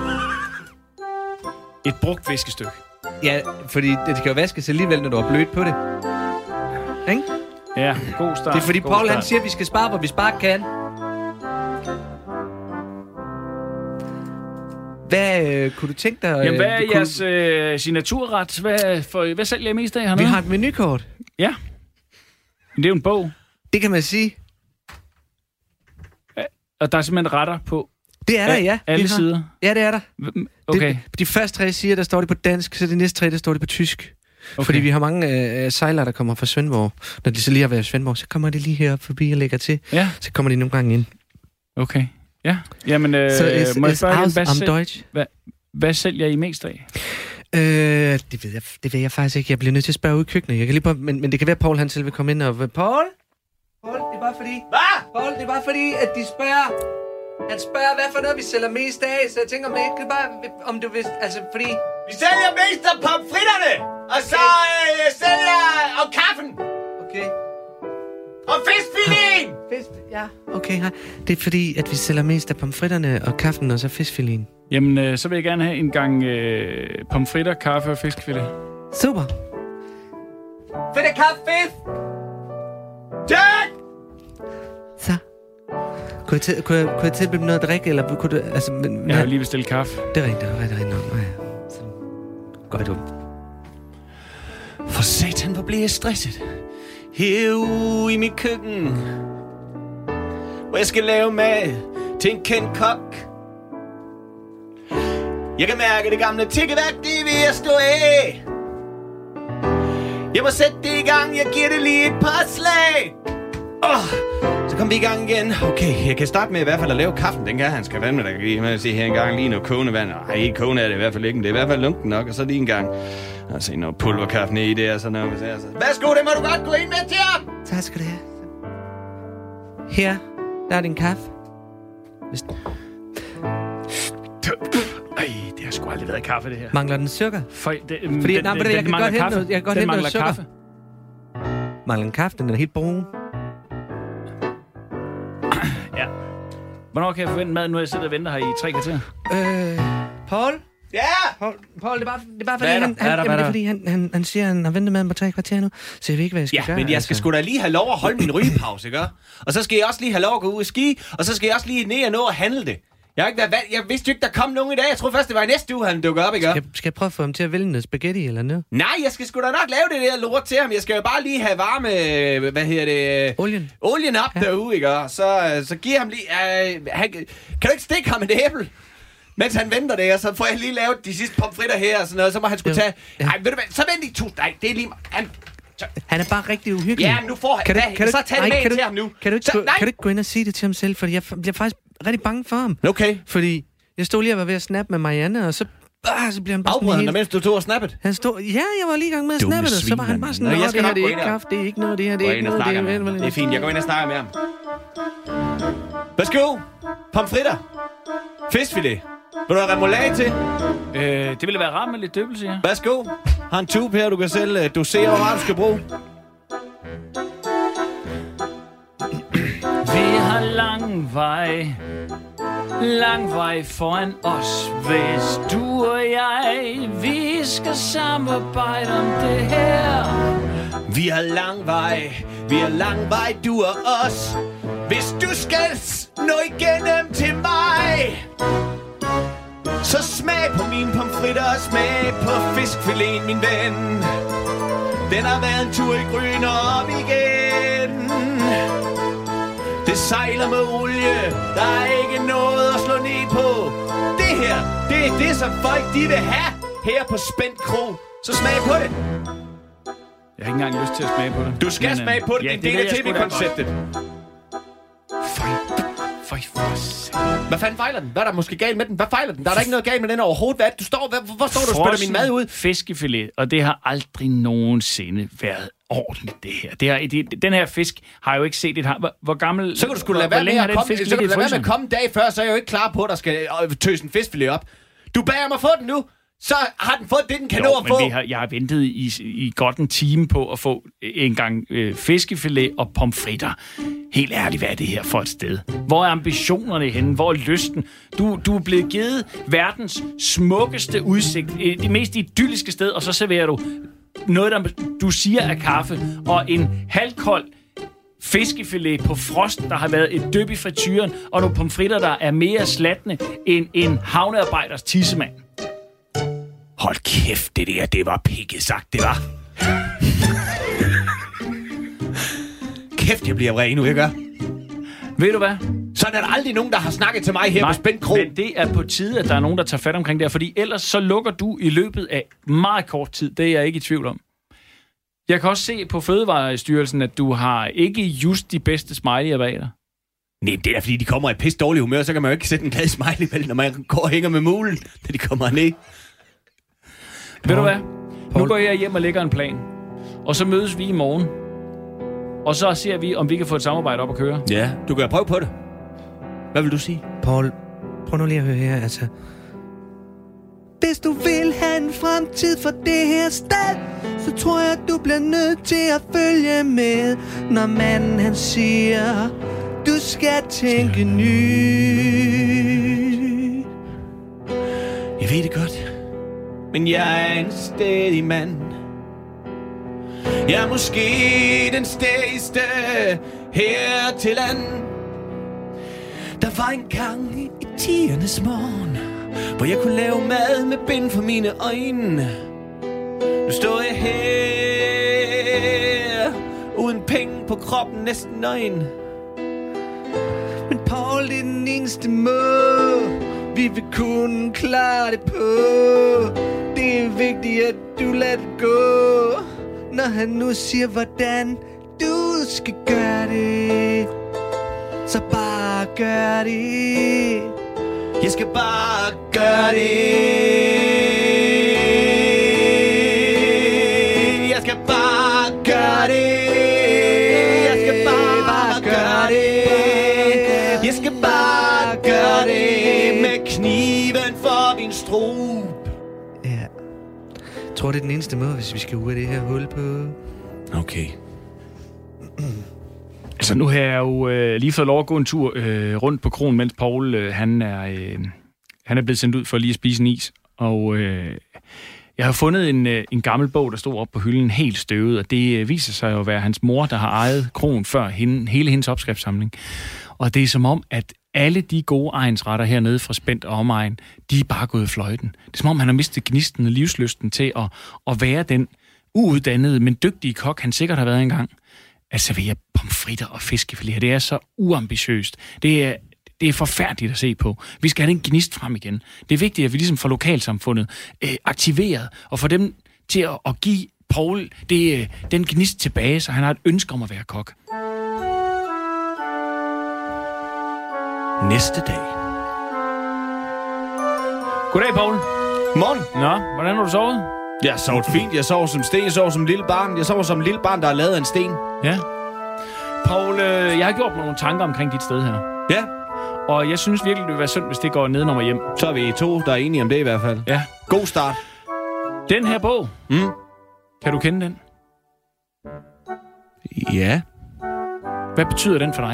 S5: Et brugt viskestykke.
S3: Ja, fordi det kan jo vaskes alligevel, når du har blødt på det. Ikke?
S5: Ja, god start.
S3: Det er fordi Paul han siger, at vi skal spare, hvor vi spare kan. Hvad kunne du tænke dig?
S5: Jamen, hvad er jeres signaturret? Hvad sælger I mest af hernede?
S3: Vi har et menukort.
S5: Ja. Det er jo en bog.
S3: Det kan man sige.
S5: Og der er simpelthen retter på.
S3: Det er der, ja.
S5: Alle sider?
S3: Ja, det er der.
S5: Okay.
S3: De første 3 sider, der står det på dansk, så de næste 3, der står det på tysk. Okay. Fordi vi har mange sejlere, der kommer fra Svendborg. Når de så lige har været i Svendborg, så kommer de lige herop forbi og lægger til. Ja. Så kommer de nogle gange ind.
S5: Okay. Ja. Jamen,
S3: så
S5: må jeg spørge hvad sælger I mest af?
S3: Det ved jeg faktisk ikke. Jeg bliver nødt til at spørge ud i køkkenet. Jeg kan lige men det kan være, at Paul han selv vil komme ind og... Paul, det er bare fordi...
S4: Hvad?
S3: Paul, det er bare fordi, at de spørger... Han spørger, hvad for noget vi sælger mest af, så jeg tænker, om det ikke bare... Om du vidste... Altså, fordi...
S4: Vi sælger mest af pomfritterne! Og så sælger... Og kaffen!
S3: Okay.
S4: Og fiskfilén!
S3: Ja. Okay, her. Det er fordi, at vi sælger mest af pomfritterne og kaffen, og så fiskfilén.
S5: Jamen, så vil jeg gerne have en gang pomfritter, kaffe og fiskfilet.
S3: Super.
S4: Fedt kaffe, fisk! Tak!
S3: Så. Kunne jeg tilbyde noget at drikke, eller kunne du... Altså,
S5: jeg har lige bestilt kaffe.
S3: Det er rigtigt nok. Godt du.
S9: For satan, hvor bliver jeg stresset. Herude i mit køkken, hvor jeg skal lave mad til en kendt kok. Jeg kan mærke det gamle tikkeværk, det er ved at stå af. Jeg må sætte det i gang, jeg giver det lige et par slag. Så kom vi i gang igen. Okay, jeg kan starte med i hvert fald at lave kaffen. Den kan han skal vand med, der kan give mig at se her en gang lige noget kogende vand. Nej, ikke kogende er det i hvert fald ikke, men det er i hvert fald lunken nok. Og så lige en gang. Og se noget pulverkaffe ned i det, og sådan noget. Værsgo, det må du godt gå ind med til ham.
S3: Tak skal du have. Her, der er din kaffe.
S5: Det har sgu aldrig været kaffe, det her.
S3: Mangler den sukker?
S5: Jeg kan godt hente noget sukker. Kaffe.
S3: Mangler den kaffe? Den er helt brun.
S5: Ja. Hvornår kan jeg forvente mad, nu jeg sidder og venter her i 3 kvarter?
S3: Paul?
S4: Ja!
S3: Paul, det er bare fordi, han siger, at han har ventet maden på 3 kvarter nu, så jeg ved ikke, hvad jeg skal gøre.
S9: Men jeg skal sgu da lige have lov at holde min rygepause, ikke? Og så skal jeg også lige have lov at gå ud og ski, og så skal jeg også lige ned og nå at handle det. Jeg vidste jo ikke, der kom nogen i dag. Jeg troede først, det var i næste uge, han dukker op, ikke?
S3: Skal jeg prøve at få ham til at vælge noget spaghetti eller noget?
S9: Nej, jeg skal sgu da nok lave det der lort til ham. Jeg skal jo bare lige have varme, olien op derude, ikke? Så giver ham lige... kan du ikke stikke ham et æble? Mens han venter det, og så får jeg lige lavet de sidste pomfritter her og sådan noget, så må han skulle tage... Nej, ved du hvad, så vent lige 2... Nej, det er lige...
S3: Han er bare rigtig uhyggelig.
S9: Ja, men nu får han... Så tag det med til ham nu.
S3: Kan du ikke gå ind og sige det til ham selv, fordi jeg bliver faktisk rigtig bange for ham.
S9: Okay.
S3: Fordi jeg stod lige og var ved at snappe med Marianne, og så bliver han bare
S9: afbrød han, mens du tog og snappet?
S3: Han stod... Ja, jeg var lige i gang med at snappe det, så var han bare sådan... Det her, det er ikke kaffe, det er ikke noget, det her, det er ikke noget...
S9: Det er fint, jeg går ind og snakker med ham. Værsgo. Pomfritter. Fiskfilet. Vil du have remoulade til?
S5: Det ville være rart med lidt døbelse, ja.
S9: Værsgo. Har en tube her, du kan selv dosere, hvor meget du skal bruge.
S5: Vi har lang vej foran os, hvis du og jeg, vi skal samarbejde om det her.
S9: Vi har lang vej, du og os, hvis du skal nå igennem til mig. Så smag på mine pomfritter og smag på fiskfiléen, min ven. Den har været en tur i gryn og op igen. Det sejler med olie, der er ikke noget at slå ned på. Det her, det er det, som folk de vil have her på Spændt Kro. Så smag på det.
S5: Jeg har ikke engang lyst til at smage på det.
S9: Du skal smage på det, det er en del af tv-konceptet.
S5: Føj.
S9: Hvad fanden fejler den? Hvad er der måske galt med den? Hvad fejler den? Der er der ikke noget galt med den overhovedet. Hvad? Hvor står du og spytter min mad ud?
S5: Fiskefilet, og det har aldrig nogensinde været ordentligt, det her. Den her fisk har jo ikke set et har. Hvor gammel...
S9: Så kan du sgu lade være med at komme en dag før, så er jeg jo ikke klar på, at der skal tøse en fiskfilet op. Du beder mig at få den nu. Så har den fået det, den kan nå at få.
S5: Jeg har ventet i godt en time på at få en gang fiskefilet og pomfritter. Helt ærligt, hvad er det her for et sted? Hvor er ambitionerne henne? Hvor er lysten? Du er blevet givet verdens smukkeste udsigt. Det mest idylliske sted, og så serverer du noget, du siger er kaffe, og en halvkold fiskefilet på frost, der har været et dyb i frityren, og nogle pomfritter, der er mere slatne end en havnearbejders tissemand. Hold kæft, det var pikket sagt, det var.
S9: Kæft, jeg bliver vred nu, jeg gør.
S5: Ved du hvad?
S9: Sådan er der aldrig nogen, der har snakket til mig her på Spændt Kro.
S5: Men det er på tide, at der er nogen, der tager fat omkring det her, fordi ellers så lukker du i løbet af meget kort tid. Det er jeg ikke i tvivl om. Jeg kan også se på Fødevarestyrelsen, at du har ikke just de bedste smiley'er bag dig.
S9: Nej, det er fordi, de kommer i pisse dårlig humør, så kan man jo ikke sætte en glad smiley, vel, når man går og hænger med mulen, da de kommer ned.
S5: Ved du hvad? Nu går jeg hjem og lægger en plan. Og så mødes vi i morgen. Og så ser vi, om vi kan få et samarbejde op at køre.
S9: Ja, du kan prøve på det. Hvad vil du sige?
S10: Paul, prøv nu lige at høre her, altså. Hvis du vil have en fremtid for det her sted, så tror jeg, du bliver nødt til at følge med, når manden han siger, du skal tænke nyt.
S9: Jeg ved det godt, men jeg er en stædig mand. Jeg er måske den stædigste her til land. Der var en gang i 10'ernes morgen, hvor jeg kunne lave mad med bind for mine øjne. Nu står jeg her, uden penge på kroppen, næsten nøgen.
S10: Men Paul, det er den eneste måde, vi vil kunne klare det på. Det er vigtigt, at du lader det gå, når han nu siger, hvordan du skal gøre det. Så bare gør det.
S9: Jeg skal bare gøre det. Jeg skal bare gøre det. Jeg skal bare gøre det. Jeg skal bare gøre det med kniven for din strup.
S10: Ja. Jeg tror, det er den eneste måde, hvis vi skal ud af det her hul på.
S9: Okay.
S5: Altså, nu har jeg jo lige fået lov at gå en tur rundt på kroen, mens Paul han er blevet sendt ud for lige at spise en is. Og jeg har fundet en gammel bog, der stod op på hylden helt støvet, og det viser sig jo at være hans mor, der har ejet kroen før hele hendes opskriftssamling. Og det er som om, at alle de gode egnsretter hernede fra Spændt og omegn, de er bare gået i fløjten. Det er som om, han har mistet gnisten og livslysten til at være den uuddannede, men dygtige kok, han sikkert har været engang. At servere pomfritter og fiskefilet. Det er så uambitiøst. Det er forfærdeligt at se på. Vi skal have den gnist frem igen. Det er vigtigt, at vi ligesom får lokalsamfundet aktiveret og får dem til at give Paul den gnist tilbage, så han har et ønske om at være kok.
S9: Næste dag.
S5: Goddag, Paul.
S9: Morgen.
S5: Nå, hvordan har du sovet?
S9: Jeg har sovet fint. Jeg sover som sten. Jeg sover som lille barn. Jeg sover som lille barn, der er lavet af en sten.
S5: Ja. Paul, jeg har gjort mig nogle tanker omkring dit sted her.
S9: Ja.
S5: Og jeg synes virkelig, det vil være synd, hvis det går nedenom hjem.
S9: Så er vi to, der er enige om det i hvert fald.
S5: Ja.
S9: God start.
S5: Den her bog. Kan du kende den?
S9: Ja.
S5: Hvad betyder den for dig?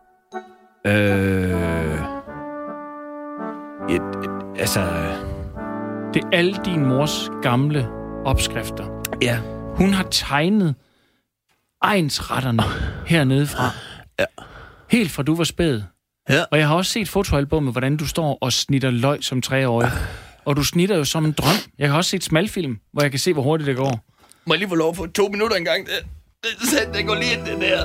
S9: Altså...
S5: Det er alle din mors gamle opskrifter.
S9: Ja.
S5: Hun har tegnet egnsretterne hernede fra.
S9: Ja.
S5: Helt fra du var spæd.
S9: Ja.
S5: Og jeg har også set fotoalbummet, hvordan du står og snitter løg som 3-årig. Og du snitter jo som en drøm. Jeg har også set smalfilm, hvor jeg kan se, hvor hurtigt det går.
S9: Må jeg lige få lov at få 2 minutter engang? Det går lige ind, det der.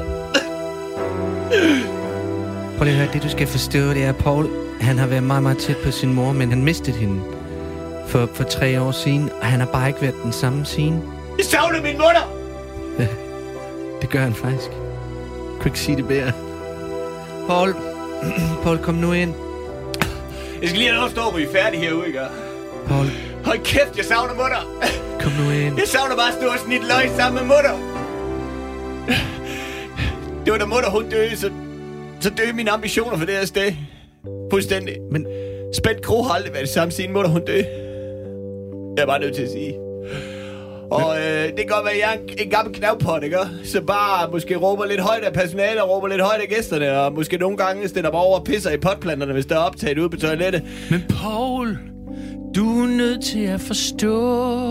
S10: Prøv lige at høre, det du skal forstå, det er, Paul, han har været meget, meget tæt på sin mor, men han mistede hende for 3 år siden, og han har bare ikke været den samme siden.
S9: Jeg savner min mutter!
S10: Ja, det gør han faktisk. Jeg kunne ikke sige det bedre. Paul, Paul, kom nu ind.
S4: Jeg skal lige have lov at stå og ryge færdig herude, ikke?
S10: Paul,
S4: Hold kæft, jeg savner mutter.
S10: kom nu ind.
S4: Jeg savner bare at stå og snitte løg sammen med mutter. Det var da mutter, hun døde, så døde mine ambitioner for det her sted. Fuldstændig.
S10: Men
S4: Spændt Kro har aldrig været det samme siden mutter, hun døde. Jeg er bare nødt til at sige. Og det kan godt være, at jeg er en gammel knavpot, ikke? Så bare måske råber lidt højt af personalet og råber lidt højt af gæsterne. Og måske nogle gange stiller mig over og pisser i potplanterne, hvis der er optaget ude på toilettet.
S5: Men Paul, du er nødt til at forstå,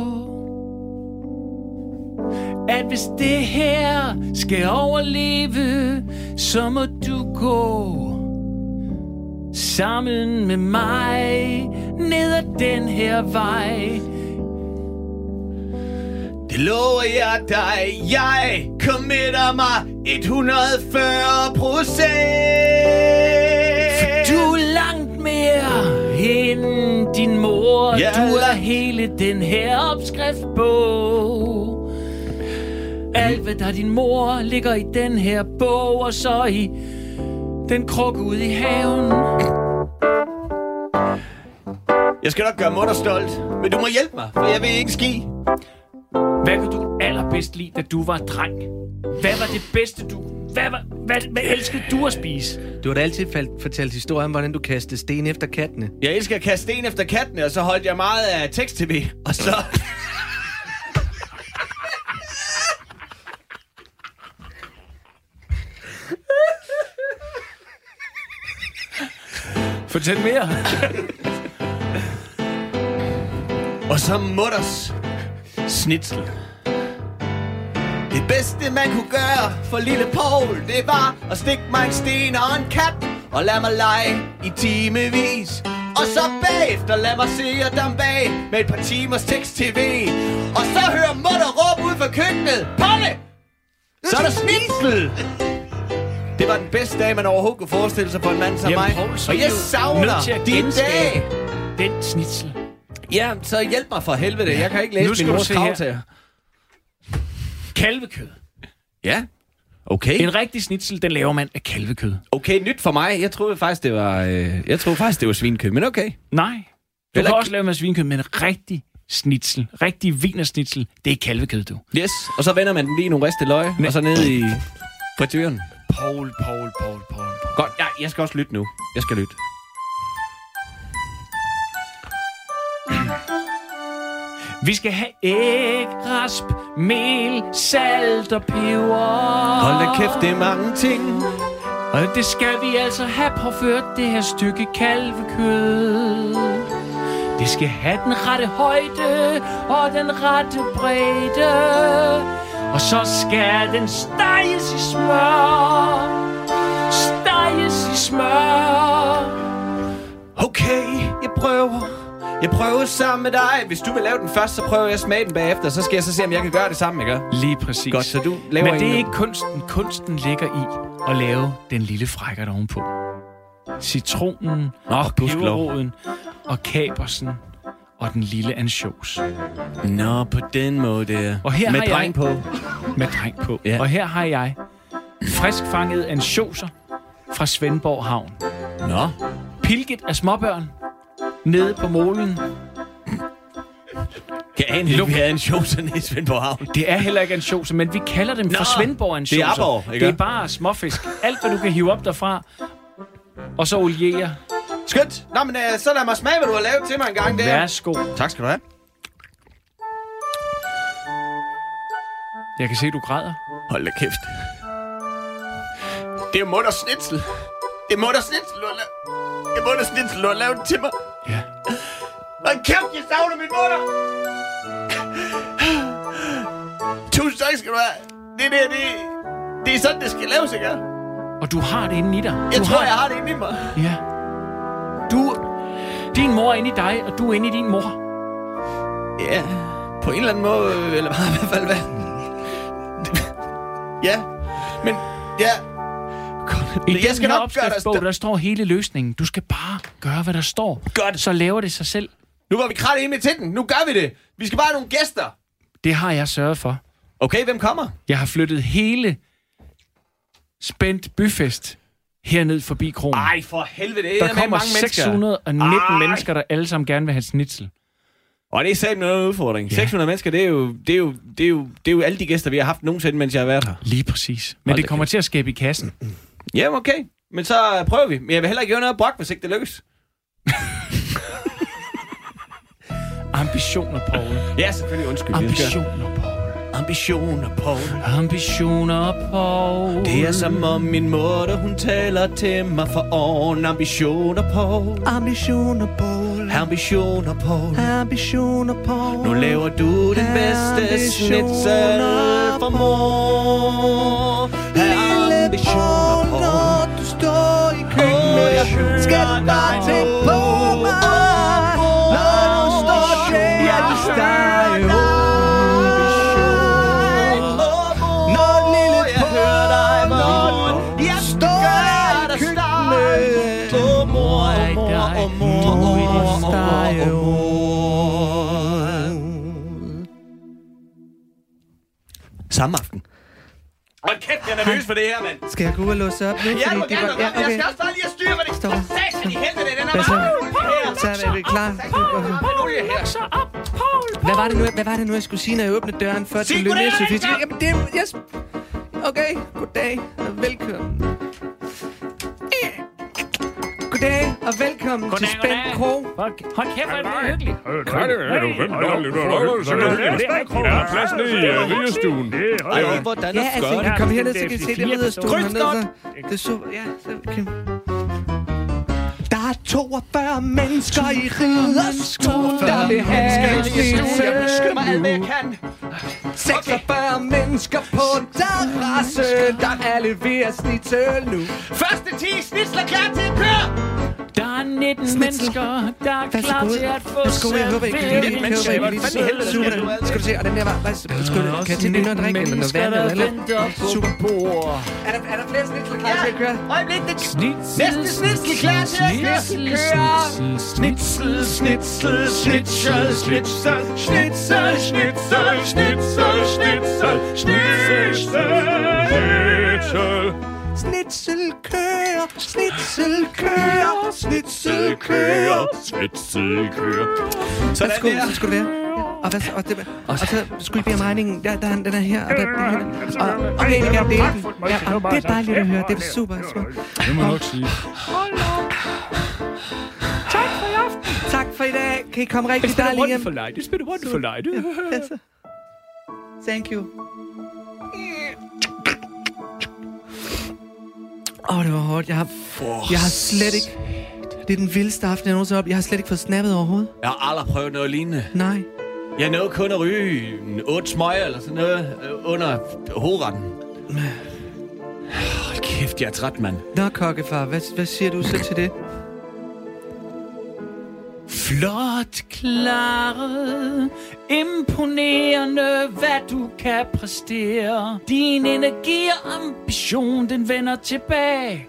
S5: at hvis det her skal overleve, så må du gå sammen med mig ned ad den her vej.
S4: Det lover jeg dig, jeg committer mig 140%.
S5: For du er langt mere end din mor.
S4: Ja,
S5: Du er hele den her opskriftbog. Alt hvad der er din mor ligger i den her bog, og så i den krukke ude i haven.
S4: Jeg skal nok gøre mutter stolt, men du må hjælpe mig, for jeg vil ikke ski.
S5: Hvad kunne du allerbedst lide, da du var dreng? Hvad var det bedste, du... Hvad elskede du at spise?
S10: du har da altid fortalt historier om, hvordan du kastede sten efter kattene.
S4: Jeg elsker at kaste sten efter kattene, og så holdt jeg meget af tekst-tv, og så...
S5: Fortæl mere.
S4: Og så mutters snitsel. Det bedste, man kunne gøre for lille Paul, det var at stikke mig en sten og en kat, og lad mig lege i timevis. Og så bagefter lad mig se og dem bag med et par timers tekst-tv. Og så hører mutter råbe ud fra køkkenet: Palle! Så er der snitsel! Det var den bedste dag, man overhovedet kunne forestille sig for en mand som mig.
S5: Paul,
S4: Og jeg savner din dag.
S5: Den snitsel.
S4: Ja, så hjælp mig for helvede. Jeg kan ikke læse min mors kravtager.
S5: Kalvekød.
S4: Ja, okay.
S5: En rigtig snitsel, den laver man af kalvekød.
S4: Okay, nyt for mig. Jeg troede faktisk, det var svinekød, men okay.
S5: Nej. Du
S4: Eller
S5: kan også lave med svinekød, men en rigtig snitsel, rigtig wienersnitsel, det er kalvekød, du.
S4: Yes, og så vender man den lige nogle ristede løg, og så ned i frityren.
S5: Paul.
S4: Godt, ja, jeg skal også lytte nu. Jeg skal lytte.
S5: Vi skal have æg, rasp, mel, salt og peber.
S4: Hold da kæft, det er mange ting.
S5: Og det skal vi altså have påført, det her stykke kalvekød. Det skal have den rette højde og den rette bredde. Og så skal den steges i smør. Steges i smør.
S4: Okay, jeg prøver sammen med dig. Hvis du vil lave den først, så prøver jeg at smage den bagefter. Så skal jeg så se, om jeg kan gøre det sammen, ikke?
S5: Lige præcis.
S4: Godt, så du laver
S5: Men det er ikke kunsten. Kunsten ligger i at lave den lille frækkert ovenpå. Citronen og peberroden og kapersen og den lille ansjos.
S4: Nå, på den måde.
S5: Og her
S4: med
S5: har
S4: dreng på.
S5: Med dreng på.
S4: Ja.
S5: Og her har jeg friskfangede ansjoser fra Svendborg Havn.
S4: Nå.
S5: Pilket af småbørn nede på molen.
S4: Kan jeg egentlig, vi havde ansjoser nede i Svendborg Havn?
S5: Det er heller ikke ansjoser, men vi kalder dem for Svendborg ansjoser.
S4: Det er Aborg, ikke?
S5: Det er bare småfisk. Alt, hvad du kan hive op derfra. Og så oliere.
S4: Skønt. Nå, men så lad mig smage, hvad du har lavet til mig en gang der.
S5: Værsgo.
S4: Tak skal du have.
S5: Jeg kan se, du græder.
S4: Hold da kæft. Det er mutters snitsel. Det er mutters snitsel, du har lavet. Det er mutters snitsel, du har lavet til mig.
S5: Ja.
S4: Hold kæft, jeg savner min mutter. Tusind tak skal du have. Det er sådan, det skal laves, ikke?
S5: Og du har det inde i dig.
S4: Jeg tror, jeg har det inde i mig.
S5: Ja. Din mor er inde i dig, og du er inde i din mor.
S4: Ja, på en eller anden måde, eller i hvert fald hvad. Ja, men ja.
S5: I
S4: Jeg skal
S5: den her
S4: nok gøre
S5: opskriftsbog, der står hele løsningen. Du skal bare gøre, hvad der står.
S4: Godt.
S5: Så laver det sig selv.
S4: Nu var vi kratte med til den. Nu gør vi det. Vi skal bare have nogle gæster.
S5: Det har jeg sørget for.
S4: Okay, hvem kommer?
S5: Jeg har flyttet hele Spændt Byfest herned forbi kronen.
S9: Ej, for helvede.
S5: Der kommer 619 mennesker, der alle sammen gerne vil have snitsel.
S9: Og det er satme noget udfordring. Ja. 600 mennesker, det er jo alle de gæster, vi har haft nogensinde, mens jeg har været her.
S5: Lige præcis. Men det kommer til at skabe i kassen.
S9: Ja, okay. Men så prøver vi. Men jeg vil heller ikke gøre noget brok, hvis ikke det lykkes.
S5: Ambitioner, Paul.
S9: Ja, selvfølgelig. Undskyld.
S5: Ambitioner, Paul.
S9: Ambitioner, Paul.
S5: Ambitioner, Paul.
S9: Det er som om min mutter, hun taler til mig for oven. Ambitioner, Paul.
S10: Ambitioner, Paul.
S9: Ambitioner, Paul.
S10: Ambitioner, Paul.
S9: Nu laver du den bedste snitsel for mor.
S10: Lille Paul, når du står i køkkenet, skal du bare tænke på mig. Når du står der i stegen. Når lille Paul, når jeg står der i køkkenet.
S9: Mor. Samme aften. Hold kæft, jeg er nervøs for det her, mand.
S10: Skal jeg gå ud og låse op nu?
S9: Ja, du må gerne lukke op, men jeg skal også bare lige have styr på det. Satan i helvede, den er bare...
S10: Så er vi klar. Hvad var det nu, jeg skulle sige, når jeg åbnede døren for til Lønne Sofie? Jamen, det er... Yes. Okay, goddag og velkommen. Goddag og velkommen til Spænd Krog.
S6: Hold kæft, hvor er det hyggeligt.
S7: Der er plads nede i rigestuen.
S9: Ej, hvordan
S10: Ja,
S9: er
S10: altså, I kan komme herned, så kan I se det ridderstuen hernede. Det er super, ja. Så kan... Der er 42 mennesker i ridderstuen, der vil have en snitsel. 46 mennesker på en terrasse, der er leveret snitsel nu.
S9: Første 10 snitsler klar til at køre!
S6: Der er 19 mennesker, der er klar til at få
S10: servering. Jeg håber ikke, skal du se, og den der var... Kan jeg tænke noget drik eller noget vand eller super. Er der flere snitsler klar til at køre?
S9: Øjeblik, næste snitsel klar til at køre!
S2: Snitsel, snitsel, snitsel, snitsel, snitsel, snitsel, snitsel, snitsel, snitsel.
S10: Snitsel kører, snitsel kører, snitsel kører,
S2: snitsel kører.
S10: Så skulle det være. Og så skulle I bede om regningen. Den er her, og den her. Og okay, vi kan dele den. Ja, det er dejligt at høre. Det er super.
S5: Det må jeg nok sige.
S10: Tak for i aften. Tak for i dag. Kan I komme rigtig dejligt hjem?
S5: It's been a wonderful night.
S10: Thank you. Det var hårdt. Jeg har slet ikke... Det er den vildeste aften, jeg nogensinde op. Jeg har slet ikke fået snappet overhovedet.
S9: Jeg har aldrig prøvet noget lignende.
S10: Nej.
S9: Jeg nåede kun at ryge 8 smøger eller sådan noget under hovedretten. Hold kæft, jeg er træt, mand.
S10: Nå, kokkefar, hvad siger du så til det?
S6: Flot klaret, imponerende, hvad du kan præstere. Din energi og ambition, den vender tilbage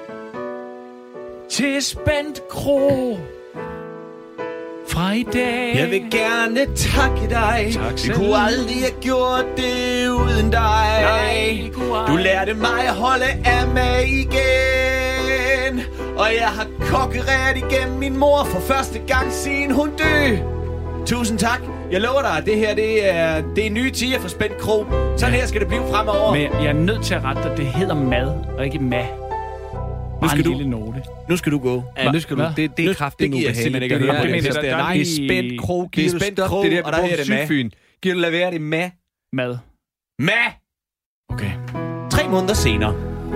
S6: til Spændt Krog fra i dag.
S9: Jeg vil gerne takke dig. Vi kunne aldrig have gjort det uden dig.
S6: Nej,
S9: du lærte mig at holde af mig igen. Og jeg har kokkereret igennem min mor for første gang siden hun døde. Tusind tak. Jeg lover dig, at det her det er nye tider for Spændt Krog. Sådan her skal det blive fremover.
S5: Men jeg er nødt til at rette dig. Det hedder mad, og ikke mad.
S9: Nu skal
S5: lille note.
S9: Nu skal du gå.
S10: Ja, nu skal du. Det er kraftigt nu.
S9: Det er
S10: Spændt Krog.
S9: Det er Spændt Krog, og der hedder det mad.
S10: Giver du lade være det mad?
S5: Mad.
S9: Mad!
S5: Okay.
S9: 3 måneder senere.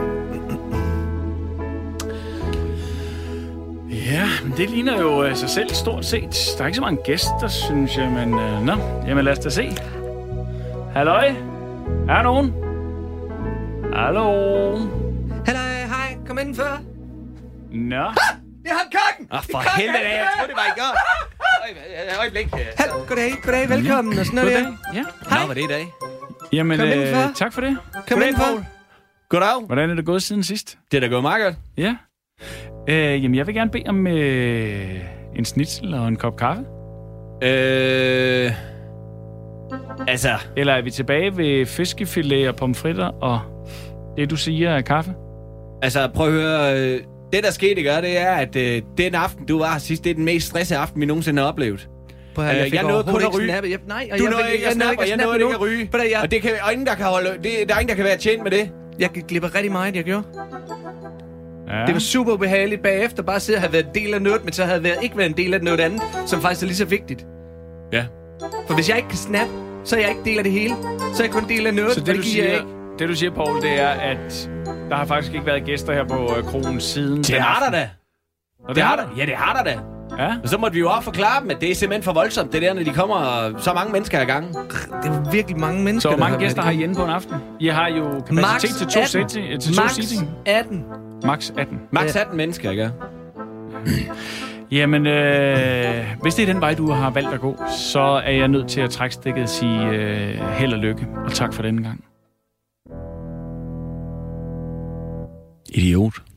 S5: Ja, men det ligner jo sig selv stort set. Der er ikke så mange gæster, synes jeg, men... jamen lad os da se. Halløj? Er der nogen? Hallo?
S10: Hej, kom indenfor.
S5: Nå?
S9: Det er ham kokken! For helvede, jeg troede, det var i går. Øjeblik.
S10: Goddag, velkommen. Og sådan noget der.
S5: Ja.
S9: Nå, var det i dag?
S5: Jamen, tak for det.
S10: Kom indenfor.
S9: Goddag.
S5: Hvordan er det gået siden sidst?
S9: Det er da gået meget godt.
S5: Ja. Jamen, jeg vil gerne bede om en snitsel og en kop kaffe.
S9: Altså...
S5: Eller er vi tilbage ved fiskefilet og pomfritter og det, du siger er kaffe?
S9: Altså, prøv at høre. Det, der skete, det er, at den aften, du var sidst, det er den mest stressede aften, vi nogensinde har oplevet.
S10: Jeg nåede kun at ryge.
S9: Du nåede ikke at snappe, og jeg nåede ikke at ryge. Og ingen, der kan holde... der er ingen, der kan være tjent med det.
S10: Jeg glipper rigtig meget, jeg gjorde.
S5: Ja.
S10: Det var super ubehageligt bagefter bare at sidde og have været en del af noget, men så havde jeg ikke været en del af noget andet, som faktisk er lige så vigtigt.
S9: Ja.
S10: For hvis jeg ikke kan snappe, så er jeg ikke del af det hele. Så er jeg kun del af noget,
S5: så det du siger, Paul, det er, at der har faktisk ikke været gæster her på kronen siden...
S9: Det har der da.
S5: Det har der?
S9: Ja, det har der da.
S5: Ja.
S9: Og så måtte vi jo også forklare dem, at det er simpelthen for voldsomt, det der, når de kommer så mange mennesker ad gangen.
S10: Det var virkelig mange mennesker.
S5: Så hvor mange gæster har I inde på en aften? I har jo kapacitet til to seating.
S10: Max 18.
S5: Max 18.
S9: Max 18 mennesker, ikke?
S5: Jamen, hvis det er den vej, du har valgt at gå, så er jeg nødt til at trække stikket og sige held og lykke, og tak for denne gang.
S9: Idiot.